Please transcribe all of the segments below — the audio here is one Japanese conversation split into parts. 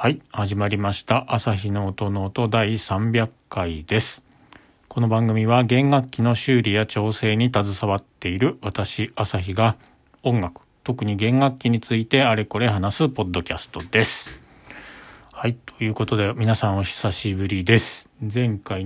はい、始まりました。朝日の音の音第300回です。この番組は弦楽器の修理や調整に携わっている私、朝日が音楽、特に弦楽器についてあれこれ話すポッドキャストです。はい、ということで皆さんお久しぶりです。前回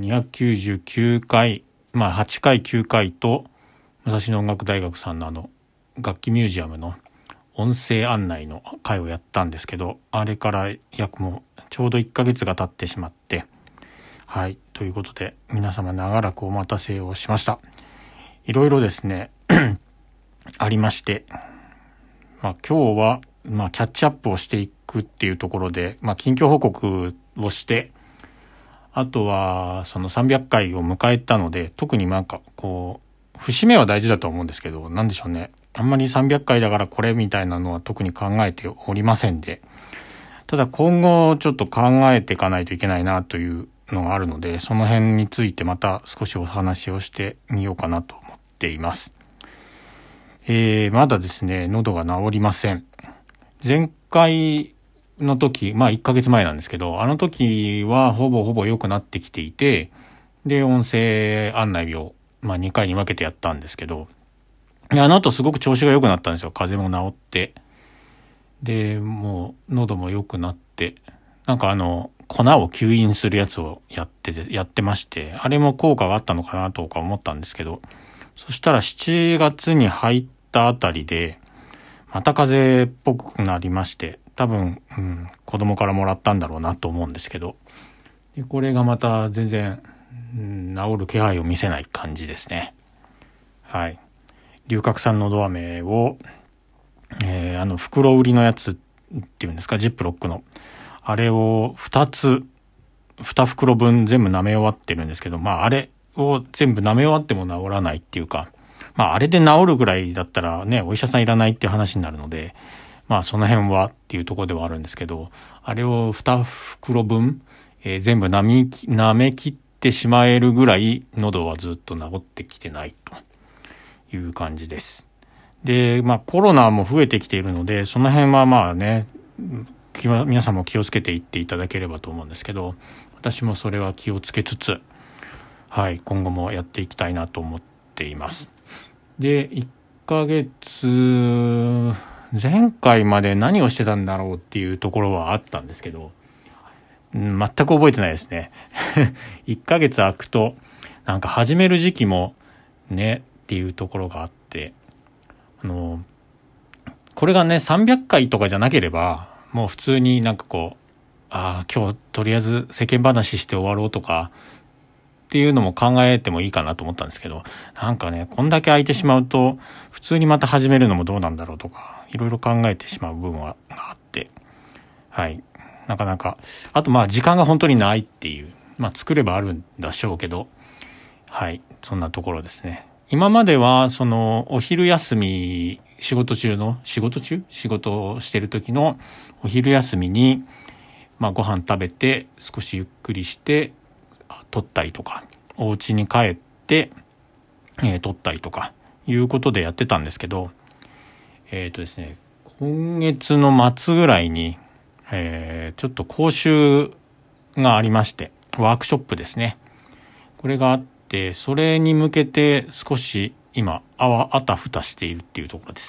299回、8回9回と武蔵野音楽大学さんの楽器ミュージアムの音声案内の会をやったんですけど、あれからもうちょうど1ヶ月が経ってしまって、はい、ということで皆様長らくお待たせをしました。いろいろですねありまして、今日はキャッチアップをしていくっていうところで、近況報告をして、あとはその300回を迎えたので、特に節目は大事だと思うんですけど、なんでしょうね、あんまり300回だからこれみたいなのは特に考えておりませんで、ただ今後ちょっと考えていかないといけないなというのがあるので、その辺についてまた少しお話をしてみようかなと思っています。まだですね、喉が治りません。前回の時、1ヶ月前なんですけど、あの時はほぼ良くなってきていて、で、音声案内を、2回に分けてやったんですけど、あの後すごく調子が良くなったんですよ。風邪も治って。で、もう喉も良くなって、粉を吸引するやつをやってまして、あれも効果があったのかなとか思ったんですけど、そしたら7月に入ったあたりで、また風邪っぽくなりまして、多分、子供からもらったんだろうなと思うんですけど、でこれがまた全然、治る気配を見せない感じですね。はい。龍角散のど飴を、袋売りのやつっていうんですか、ジップロックの。あれを2袋分全部舐め終わってるんですけど、あれを全部舐め終わっても治らないっていうか、あれで治るぐらいだったらね、お医者さんいらないっていう話になるので、その辺はっていうところではあるんですけど、あれを2袋分、全部舐め切ってしまえるぐらい喉はずっと治ってきてないという感じです。で、コロナも増えてきているので、その辺は皆さんも気をつけていっていただければと思うんですけど、私もそれは気をつけつつ、はい、今後もやっていきたいなと思っています。で、1ヶ月、前回まで何をしてたんだろうっていうところはあったんですけど、全く覚えてないですね。1ヶ月空くと、始める時期もね、っていうところがあって、これがね、300回とかじゃなければ、もう普通に今日とりあえず世間話して終わろうとか、っていうのも考えてもいいかなと思ったんですけど、こんだけ空いてしまうと、普通にまた始めるのもどうなんだろうとか、いろいろ考えてしまう部分があって、はい。なかなか、あと時間が本当にないっていう、作ればあるんでしょうけど、はい。そんなところですね。今までは、お昼休み、仕事をしてる時のお昼休みに、ご飯食べて、少しゆっくりして、撮ったりとか、お家に帰って、撮ったりとか、いうことでやってたんですけど、ですね、今月の末ぐらいに、ちょっと講習がありまして、ワークショップですね。これがあって、それに向けて少し今、あたふたしているっていうところです。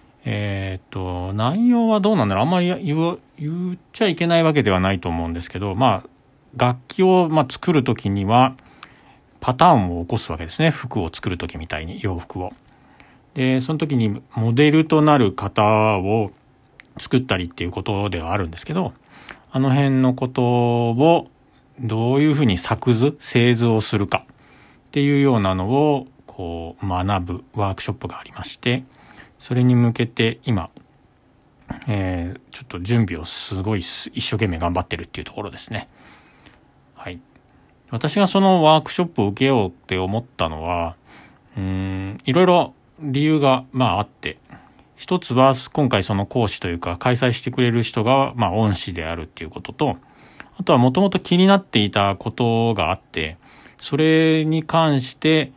内容はどうなんだろう、あんまり言っちゃいけないわけではないと思うんですけど、楽器を作るときには、パターンを起こすわけですね。服を作るときみたいに、洋服を。で、その時にモデルとなる型を作ったりっていうことではあるんですけど、あの辺のことをどういうふうに製図をするかっていうようなのを学ぶワークショップがありまして、それに向けて今、ちょっと準備をすごい一生懸命頑張ってるっていうところですね。はい。私がそのワークショップを受けようって思ったのは、いろいろ理由があって、一つは今回その講師というか開催してくれる人が恩師であるっていうことと、あとはもともと気になっていたことがあって、それに関して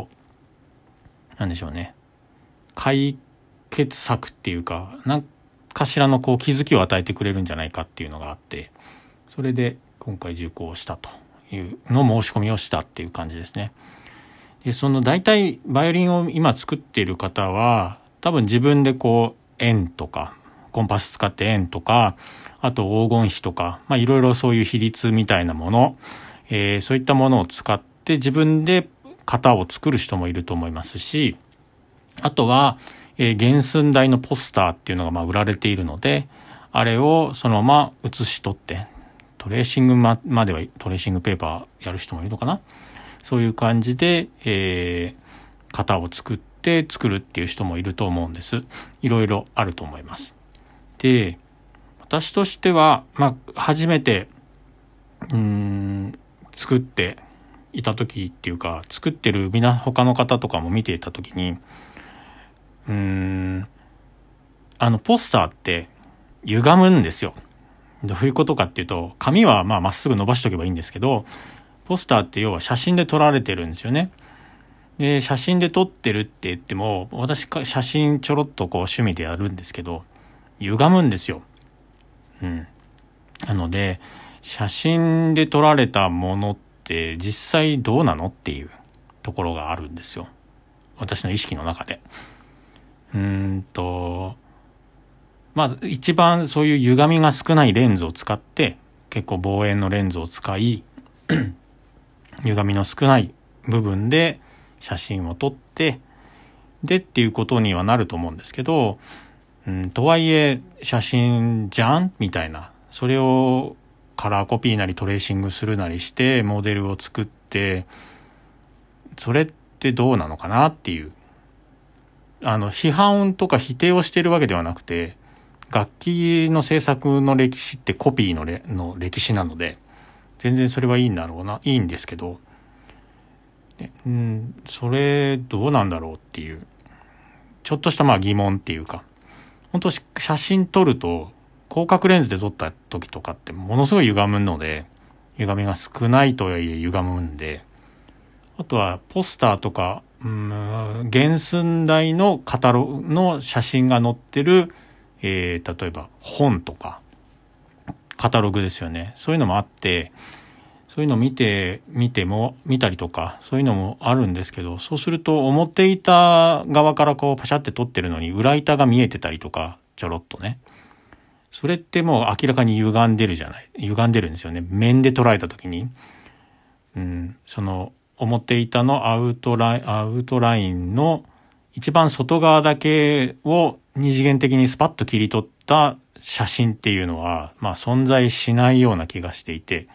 なんでしょうね、解決策っていうか、 かしらのこう気づきを与えてくれるんじゃないかっていうのがあって、それで今回受講したというの申し込みをしたっていう感じですね。でその大体バイオリンを今作っている方は多分自分でこう円とかコンパス使って円とか、あと黄金比とか、いろいろそういう比率みたいなもの、そういったものを使って自分で型を作る人もいると思いますし、あとは、原寸大のポスターっていうのが売られているので、あれをそのまま写し取ってトレーシングまではトレーシングペーパーやる人もいるのかな。そういう感じで、型を作るっていう人もいると思うんです。いろいろあると思います。で、私としては、初めて作っていた時っていうか、作ってる他の方とかも見ていた時に、ポスターって歪むんですよ。どういうことかっていうと、紙はまっすぐ伸ばしとけばいいんですけど、ポスターって要は写真で撮られてるんですよね。で、写真で撮ってるって言っても、私写真ちょろっとこう趣味でやるんですけど、歪むんですよ。なので、写真で撮られたものって実際どうなのっていうところがあるんですよ。私の意識の中で。一番そういう歪みが少ないレンズを使って、結構望遠のレンズを使い、歪みの少ない部分で写真を撮ってでっていうことにはなると思うんですけど、とはいえ写真じゃんみたいな、それをカラーコピーなりトレーシングするなりしてモデルを作って、それってどうなのかなっていう、批判とか否定をしているわけではなくて、楽器の制作の歴史ってコピーの歴史なので、全然それはいいんですけど、それどうなんだろうっていう、ちょっとした疑問っていうか、本当写真撮ると広角レンズで撮った時とかってものすごい歪むので、歪みが少ないとはいえ歪むんで、あとはポスターとか、原寸大のカタログの写真が載ってる、例えば本とかカタログですよね。そういうのもあって、そういうのを見たりとか、そういうのもあるんですけど、そうすると表板側からこうパシャって撮ってるのに裏板が見えてたりとか、ちょろっとね。それってもう明らかに歪んでるんですよね。面で捉えた時に。その表板のアウトラインの一番外側だけを二次元的にスパッと切り取った写真っていうのは、存在しないような気がしていて、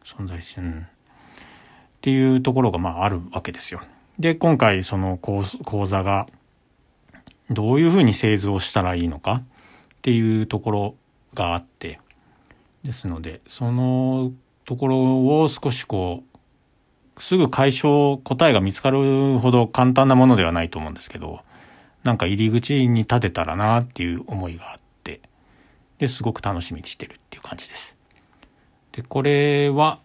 っていうところがあるわけですよ。で、今回その講座がどういうふうに製図をしたらいいのかっていうところがあって、ですのでそのところを少しすぐ答えが見つかるほど簡単なものではないと思うんですけど、なんか入り口に立てたらなっていう思いがあって、ですごく楽しみにしてるっていう感じです。で、これは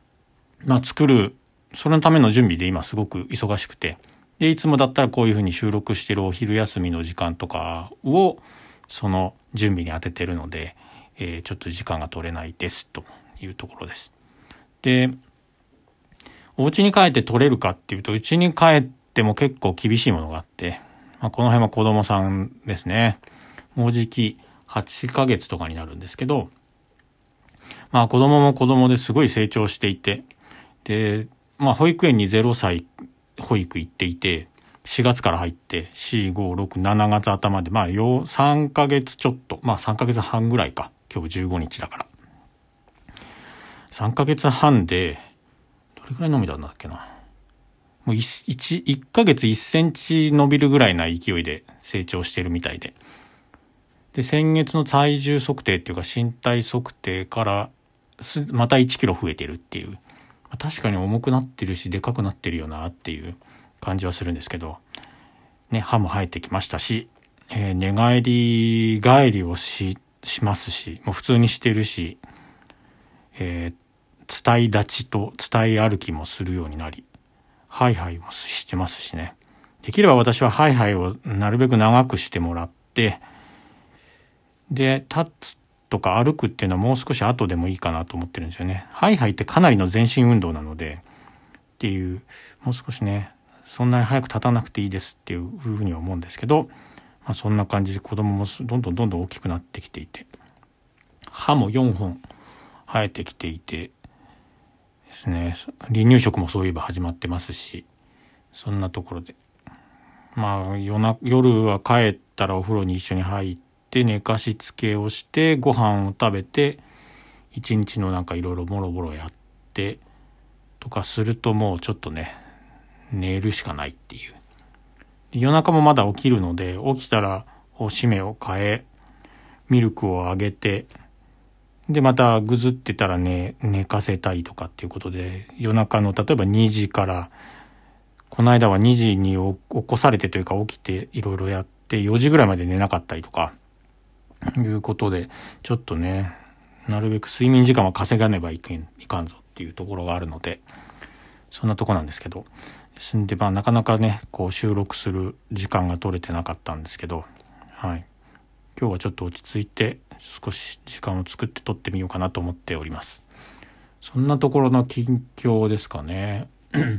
そのための準備で今すごく忙しくて、でいつもだったらこういうふうに収録してるお昼休みの時間とかをその準備に当ててるので、ちょっと時間が取れないですというところです。で、お家に帰って取れるかっていうと、家に帰っても結構厳しいものがあって、この辺は子供さんですね。もうじき8ヶ月とかになるんですけど、子供も子供ですごい成長していて、で、保育園に0歳保育行っていて、4月から入って、4、5、6、7月頭で、3ヶ月ちょっと、3ヶ月半ぐらいか。今日15日だから。3ヶ月半で、どれくらい伸びたんだっけな。もう1ヶ月1センチ伸びるぐらいな勢いで成長してるみたいで。で、先月の体重測定っていうか身体測定からまた1キロ増えてるっていう。確かに重くなってるし、でかくなってるよなっていう感じはするんですけど、ね、歯も生えてきましたし、寝返りをしますし、もう普通にしてるし、伝い立ちと伝い歩きもするようになり、ハイハイもしてますしね。できれば私はハイハイをなるべく長くしてもらって、 で、立つとか歩くっていうのはもう少し後でもいいかなと思ってるんですよね。ハイハイってかなりの全身運動なので、っていう、もう少しね、そんなに早く立たなくていいですっていうふうには思うんですけど、そんな感じで子供もどんどん大きくなってきていて、歯も4本生えてきていてですね、離乳食もそういえば始まってますし、そんなところで、夜は帰ったらお風呂に一緒に入って寝かしつけをしてご飯を食べて一日のいろいろボロボロやってとかすると、もうちょっとね寝るしかないっていう。夜中もまだ起きるので、起きたらおしめを変えミルクをあげて、でまたぐずってたら寝かせたりとかっていうことで、夜中の例えば2時から、この間は2時に起こされてというか起きていろいろやって4時ぐらいまで寝なかったりとかいうことで、ちょっとねなるべく睡眠時間は稼がねばいかんぞっていうところがあるので、そんなとこなんですけど、ですんでなかなかね収録する時間が取れてなかったんですけど、はい、今日はちょっと落ち着いて少し時間を作って撮ってみようかなと思っております。そんなところの近況ですかね。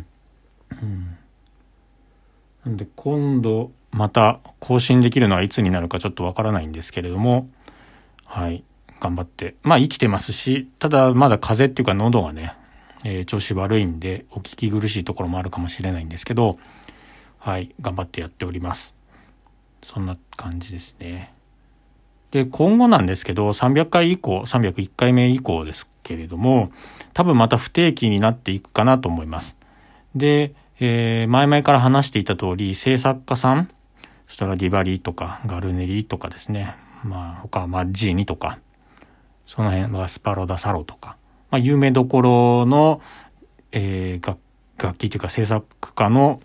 なんで今度また更新できるのはいつになるかちょっとわからないんですけれども、はい、頑張って生きてますし、ただまだ風邪っていうか喉がね、調子悪いんでお聞き苦しいところもあるかもしれないんですけど、はい、頑張ってやっております。そんな感じですね。で今後なんですけど、300回以降301回目以降ですけれども、多分また不定期になっていくかなと思います。で、前々から話していた通り、制作家さん、ストラディバリとかガルネリとかですね、他はマッジーニとか、その辺はスパロダサロとか、有名どころの、楽器というか制作家の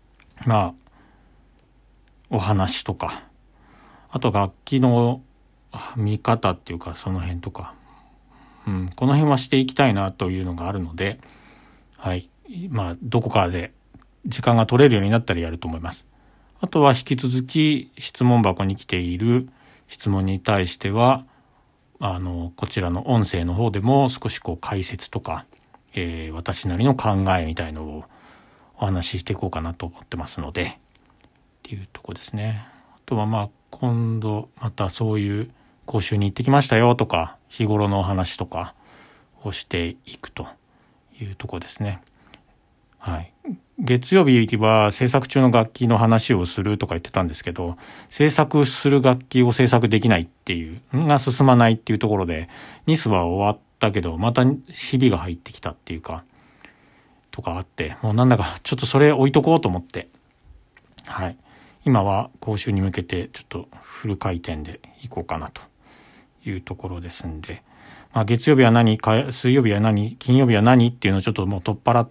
お話とか、あと楽器の見方っていうかその辺とか、この辺はしていきたいなというのがあるので、はい、どこかで時間が取れるようになったらやると思います。あとは引き続き質問箱に来ている質問に対してはこちらの音声の方でも少し解説とか、私なりの考えみたいのをお話ししていこうかなと思ってますのでっていうとこですね。あとは今度またそういう講習に行ってきましたよとか、日頃のお話とかをしていくというとこですね。はい。月曜日は制作中の楽器の話をするとか言ってたんですけど、制作する楽器を制作できないっていうが進まないっていうところで、ニスは終わったけどまたひびが入ってきたっていうかとかあって、もうなんだかちょっとそれ置いとこうと思って、はい、今は講習に向けてちょっとフル回転でいこうかなというところですんで、月曜日は何、水曜日は何、金曜日は何っていうのをちょっともう取っ払って、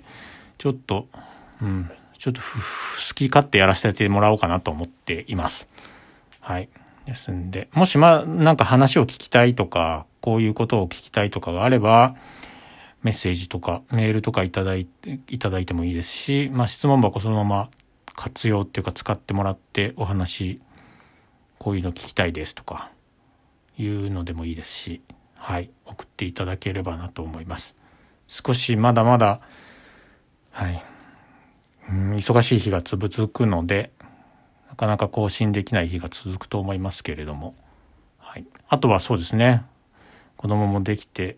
ちょっと好き勝手やらせてもらおうかなと思っています。はい。ですんで、もしなんか話を聞きたいとか、こういうことを聞きたいとかがあれば、メッセージとかメールとかいただいてもいいですし、質問箱そのまま活用っていうか使ってもらってお話、こういうの聞きたいですとかいうのでもいいですし、はい、送っていただければなと思います。少しまだまだはい、忙しい日が続くので、なかなか更新できない日が続くと思いますけれども、はい、あとはそうですね、子供もできて、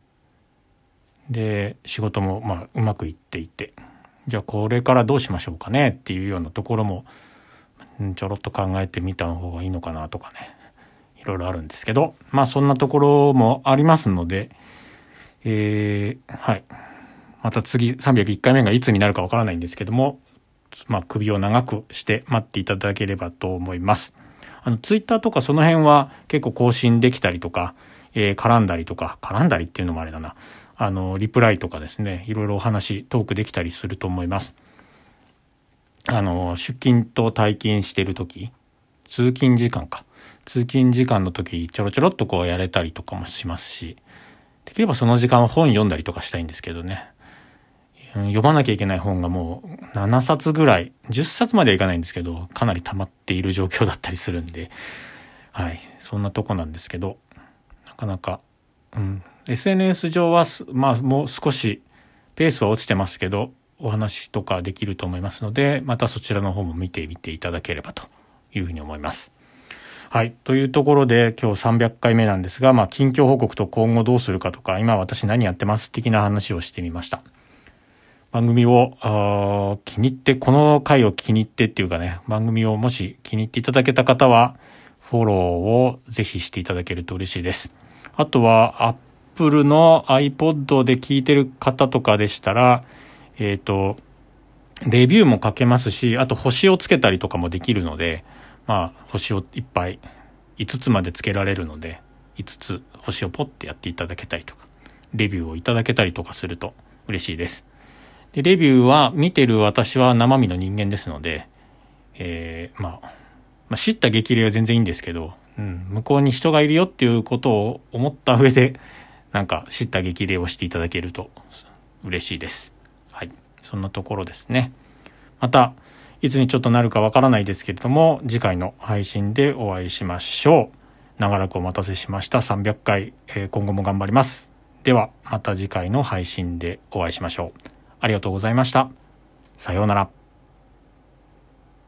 で仕事もうまくいっていて、じゃあこれからどうしましょうかねっていうようなところもちょろっと考えてみた方がいいのかなとかね、いろいろあるんですけど、そんなところもありますので、はい。また次301回目がいつになるかわからないんですけども、首を長くして待っていただければと思います。ツイッターとかその辺は結構更新できたりとか、絡んだりっていうのもあれだな。リプライとかですね、いろいろお話、トークできたりすると思います。出勤と退勤してるとき、通勤時間の時ちょろっとやれたりとかもしますし、できればその時間は本読んだりとかしたいんですけどね。読まなきゃいけない本がもう7冊ぐらい、10冊まではいかないんですけど、かなり溜まっている状況だったりするんで、 はい、そんなとこなんですけど、なかなか、SNS 上はもう少しペースは落ちてますけど、お話とかできると思いますので、またそちらの方も見てみていただければというふうに思います。はい。というところで今日300回目なんですが、近況報告と今後どうするかとか、今私何やってます的な話をしてみました。番組を気に入って、この回を気に入ってっていうかね、番組をもし気に入っていただけた方は、フォローをぜひしていただけると嬉しいです。あとは、Apple の iPod で聞いてる方とかでしたら、レビューも書けますし、あと星をつけたりとかもできるので、星をいっぱい5つまでつけられるので、5つ星をポッてやっていただけたりとか、レビューをいただけたりとかすると嬉しいです。で、レビューは見てる私は生身の人間ですので、知った激励は全然いいんですけど、向こうに人がいるよっていうことを思った上で、知った激励をしていただけると嬉しいです。はい。そんなところですね。また、いつにちょっとなるかわからないですけれども、次回の配信でお会いしましょう。長らくお待たせしました。300回、今後も頑張ります。では、また次回の配信でお会いしましょう。ありがとうございました。さようなら。